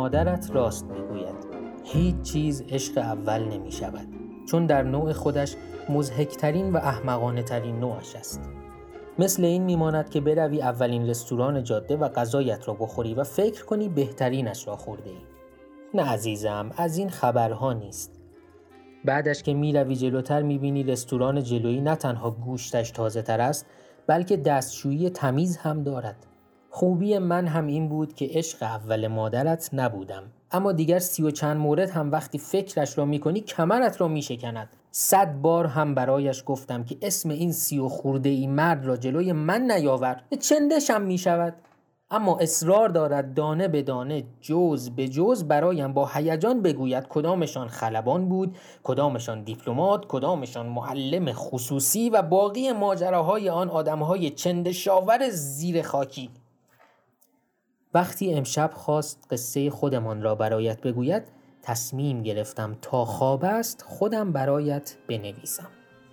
مادرت راست میگوید. هیچ چیز عشق اول نمی شود، چون در نوع خودش مضحک‌ترین و احمقانه ترین نوعش است. مثل این میماند که بروی اولین رستوران جاده و غذایت را بخوری و فکر کنی بهترینش را خورده ای. نه عزیزم، از این خبرها نیست. بعدش که میروی جلوتر میبینی رستوران جلویی نه تنها گوشتش تازه تر است، بلکه دستشویی تمیز هم دارد. خوبی من هم این بود که عشق اول مادرت نبودم، اما دیگر 30 و چند مورد هم وقتی فکرش را میکنی کمرت را میشکند. 100 بار هم برایش گفتم که اسم این 30 و خورده ای مرد را جلوی من نیاور، چندشم میشود. اما اصرار دارد دانه به دانه، جز به جز برایم با هیجان بگوید کدامشان خلبان بود، کدامشان دیپلمات، کدامشان معلم خصوصی و باقی ماجراهای آن آدمهای چندشاور زیر خاکی. وقتی امشب خواست قصه خودمان را برایت بگوید، تصمیم گرفتم تا خواب است خودم برایت بنویسم.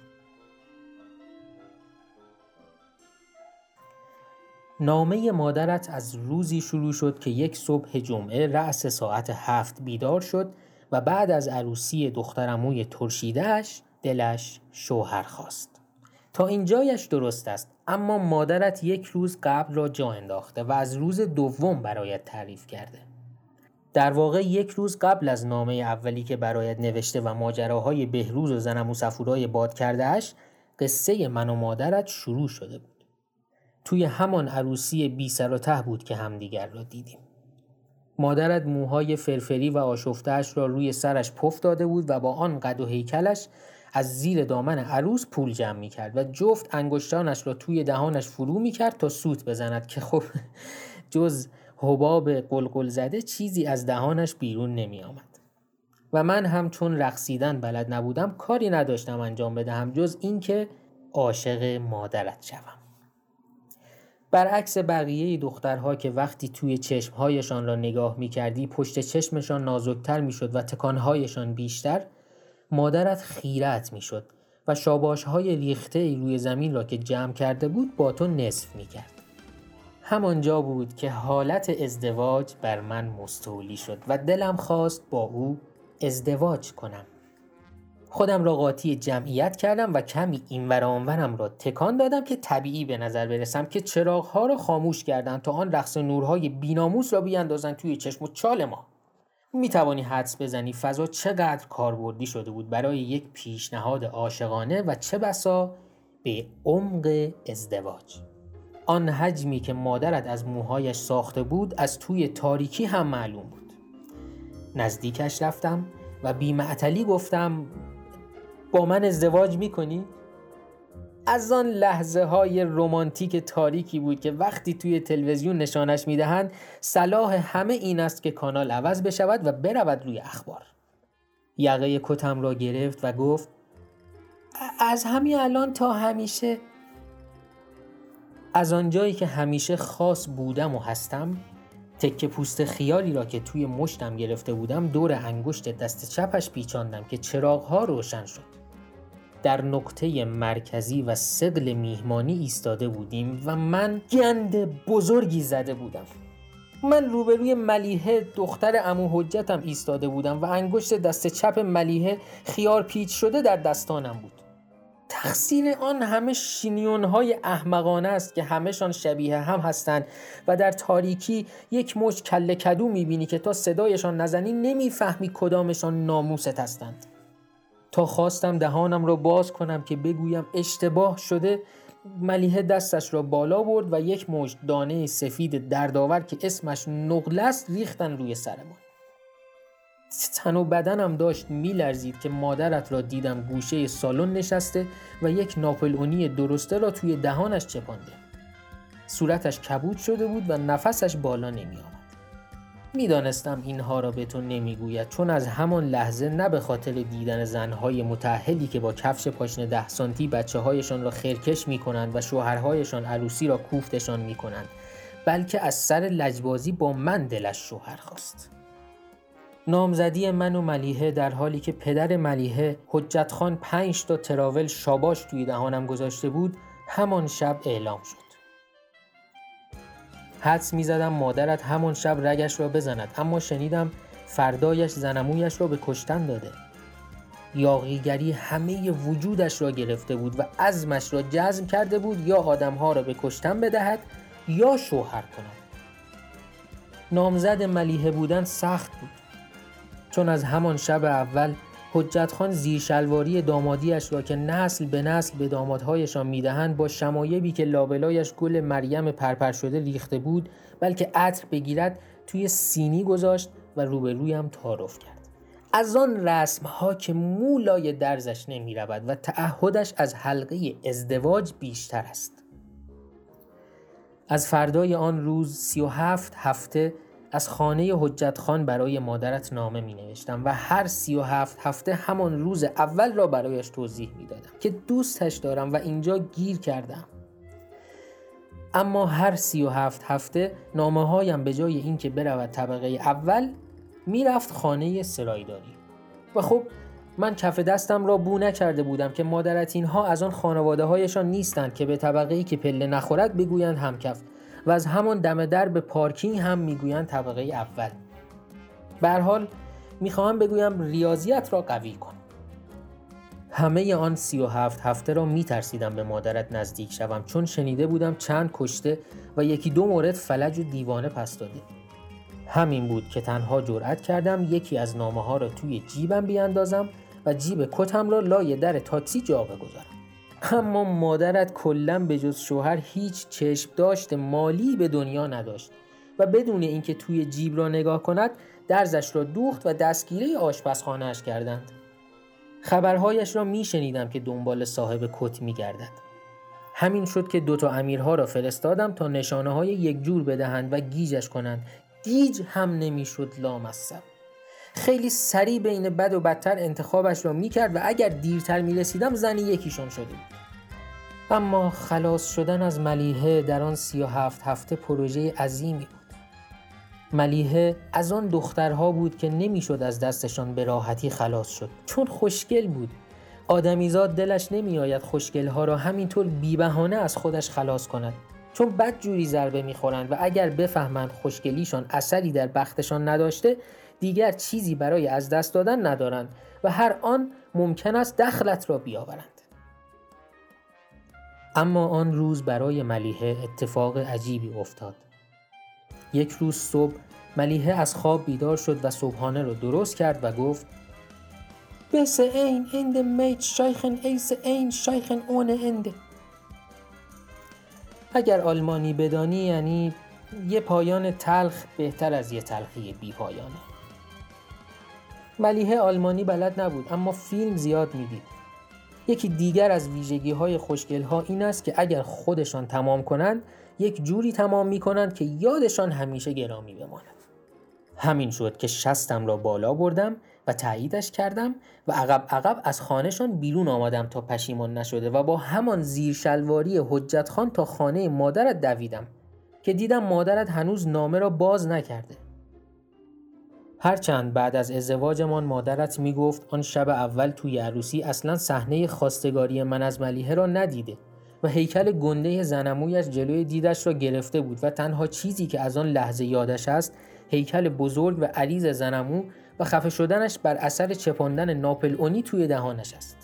نامه مادرت از روزی شروع شد که یک صبح جمعه رأس ساعت 7 بیدار شد و بعد از عروسی دخترعموی ترشیده‌اش دلش شوهر خواست. تا اینجایش درست است، اما مادرت یک روز قبل را جا انداخته و از روز دوم برایت تعریف کرده. در واقع یک روز قبل از نامه اولی که برایت نوشته و ماجراهای بهروز و زنمو صفورای باد کرده‌اش، قصه من و مادرت شروع شده بود. توی همان عروسی بی سر و ته بود که همدیگر را دیدیم. مادرت موهای فرفری و آشفته‌اش را روی سرش پف داده بود و با آن قد و هیکلش از زیر دامن عروس پول جمع می‌کرد و جفت انگشتانش را توی دهانش فرو می‌کرد تا سوت بزند که خب جز حباب قلقل زده چیزی از دهانش بیرون نمی‌آمد. و من هم چون رقصیدن بلد نبودم کاری نداشتم انجام بدهم جز این که عاشق مادرت شوم. برعکس بقیه دخترها که وقتی توی چشمهایشان را نگاه می‌کردی پشت چشمشان نازکتر می‌شد و تکانهایشان بیشتر، مادرت خیرت می‌شد و شاباش‌های ریخته روی زمین را که جمع کرده بود با تو نصف می‌کرد. همانجا بود که حالت ازدواج بر من مستولی شد و دلم خواست با او ازدواج کنم. خودم را قاطی جمعیت کردم و کمی اینور آنورم را تکان دادم که طبیعی به نظر برسم که چراغ‌ها را خاموش کردند تا آن رقص نورهای بی‌ناموس را بیاندازند توی چشم و چال ما. میتوانی حدس بزنی فضا چقدر کاربردی شده بود برای یک پیشنهاد عاشقانه و چه بسا به عمق ازدواج. آن حجمی که مادرت از موهایش ساخته بود از توی تاریکی هم معلوم بود. نزدیکش رفتم و بی‌معطلی گفتم با من ازدواج میکنی؟ از آن لحظه های رمانتیک تاریکی بود که وقتی توی تلویزیون نشانش میدهند صلاح همه این است که کانال عوض بشود و برود روی اخبار. یقه کتم را گرفت و گفت از همین الان تا همیشه. از آنجایی که همیشه خاص بودم و هستم، تکه پوست خیالی را که توی مشتم گرفته بودم دور انگشت دست چپش پیچاندم که چراغ‌ها روشن شد. در نقطه مرکزی و ثقل میهمانی ایستاده بودیم و من گند بزرگی زده بودم. من روبروی ملیحه دختر عمو حجتم ایستاده بودم و انگشت دست چپ ملیحه خیار پیچ شده در دستانم بود. تقصیر آن همه شینیون‌های احمقانه است که همه‌شان شبیه هم هستند و در تاریکی یک مشت کله کدو می‌بینی که تا صدایشان نزنی نمی‌فهمی کدامشان ناموست هستند. تا خواستم دهانم را باز کنم که بگویم اشتباه شده، ملیحه دستش را بالا برد و یک مشت دانه سفید دردآور که اسمش نقل است ریختن روی سرمان. تن و بدنم داشت میلرزید که مادرت را دیدم گوشه سالن نشسته و یک ناپلئونی درسته را توی دهانش چپانده. صورتش کبود شده بود و نفسش بالا نمی آمد. میدانستم اینها را به تو نمیگوید چون از همان لحظه نه به خاطر دیدن زنهای متأهلی که با کفش پاشنه 10 سانتی بچه هایشان را خرکش می کنند و شوهرهایشان عروسی را کوفتشان می کنند، بلکه از سر لجبازی با من دلش شوهر خواست. نامزدی من و ملیحه در حالی که پدر ملیحه حجت خان 5 تا تراول شاباش توی دهانم گذاشته بود همان شب اعلام شد. حدس می‌زدم مادرت همان شب رگش را بزند، اما شنیدم فردایش زنمویش را به کشتن داده. یاغیگری همه وجودش را گرفته بود و عزمش را جزم کرده بود یا آدمها را به کشتن بدهد یا شوهر کند. نامزد ملیحه بودن سخت بود، چون از همان شب اول حجت خان زیرشلواری دامادیش را که نسل به نسل به دامادهایشان میدهند با شمایبی که لابلایش گل مریم پرپر شده ریخته بود بلکه عطر بگیرد توی سینی گذاشت و روبرویم تعارف کرد. از آن رسم‌ها که مولای درزش نمی رود و تعهدش از حلقه ازدواج بیشتر است. از فردای آن روز 37 هفته از خانه حجت خان برای مادرت نامه می نوشتم و هر 37 هفته همان روز اول را برایش توضیح می دادم که دوستش دارم و اینجا گیر کردم. اما هر 37 هفته نامه هایم به جای این که برود طبقه اول می رفت خانه سرایداری و خب من کف دستم را بو نکرده بودم که مادرت اینها از آن خانواده هایشان نیستند که به طبقه‌ای که پله نخورد بگویند همکف و از همان دم در به پارکینگ هم میگویند طبقه اول. به هر حال میخواهم بگویم ریاضیت را قوی کن. همه آن 37 هفته را میترسیدم به مادرت نزدیک شوم، چون شنیده بودم چند کشته و یکی دو مورد فلج و دیوانه پس داده. همین بود که تنها جرأت کردم یکی از نامه ها را توی جیبم بیاندازم و جیب کتم را لای در تاکسی جا بگذارم. اما مادرت کلاً به جز شوهر هیچ چشم داشت مالی به دنیا نداشت و بدون اینکه توی جیب را نگاه کند درزش را دوخت و دستگیره آشپزخانه‌اش کردند. خبرهایش را میشنیدم که دنبال صاحب کت میگردد. همین شد که 2 امیرها را فرستادم تا نشانه های یک جور بدهند و گیجش کنند. گیج هم نمیشد لامصب. خیلی سریع بین بد و بدتر انتخابش را میکرد و اگر دیرتر میرسیدم زنی یکیشون شده بود. اما خلاص شدن از ملیحه در آن 37 هفته پروژه عظیمی بود. ملیحه از آن دخترها بود که نمیشد از دستشان به راحتی خلاص شد، چون خوشگل بود. آدمیزاد دلش نمیآید خوشگلها را همینطور بی بهانه از خودش خلاص کند، چون بد جوری ضربه میخورند و اگر بفهمند خوشگلیشان اثری در بختشان نداشته دیگر چیزی برای از دست دادن ندارند و هر آن ممکن است دخلت را بیاورند. اما آن روز برای ملیحه اتفاق عجیبی افتاد. یک روز صبح ملیحه از خواب بیدار شد و صبحانه را درست کرد و گفت بس این اند میت شایخن ایس این شایخن اون انده. اگر آلمانی بدانی یعنی یه پایان تلخ بهتر از یه تلخی بی پایانه. ملیحه آلمانی بلد نبود اما فیلم زیاد میدید. یکی دیگر از ویژگی‌های خوشگل‌ها این است که اگر خودشان تمام کنند یک جوری تمام می‌کنند که یادشان همیشه گرامی بماند. همین شد که شستم را بالا بردم و تاییدش کردم و عقب از خانه‌شان بیرون آمدم تا پشیمان نشده و با همان زیرشلواری حجت خان تا خانه مادرت دویدم که دیدم مادرت هنوز نامه را باز نکرده. هرچند بعد از ازدواجمان مادرت میگفت آن شب اول توی عروسی اصلاً صحنه خواستگاری من از ملیحه را ندیده و هیکل گنده زنمویش جلوی دیدش را گرفته بود و تنها چیزی که از آن لحظه یادش است هیکل بزرگ و عریض زنمو و خفه شدنش بر اثر چپاندن ناپلئونی توی دهانش است.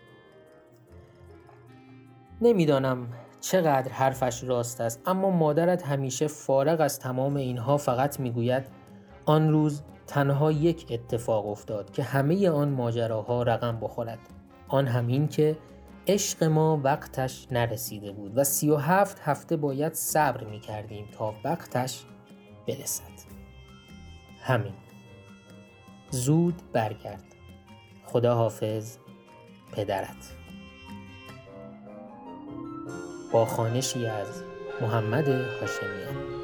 نمیدانم چقدر حرفش راست است، اما مادرت همیشه فارغ از تمام اینها فقط میگوید آن روز تنها یک اتفاق افتاد که همه آن ماجراها رقم بخورد. آن همین که عشق ما وقتش نرسیده بود و 37 هفته باید صبر میکردیم تا وقتش برسد. همین. زود برگرد. خدا حافظ. پدرت. با خوانشی از محمد هاشمیان.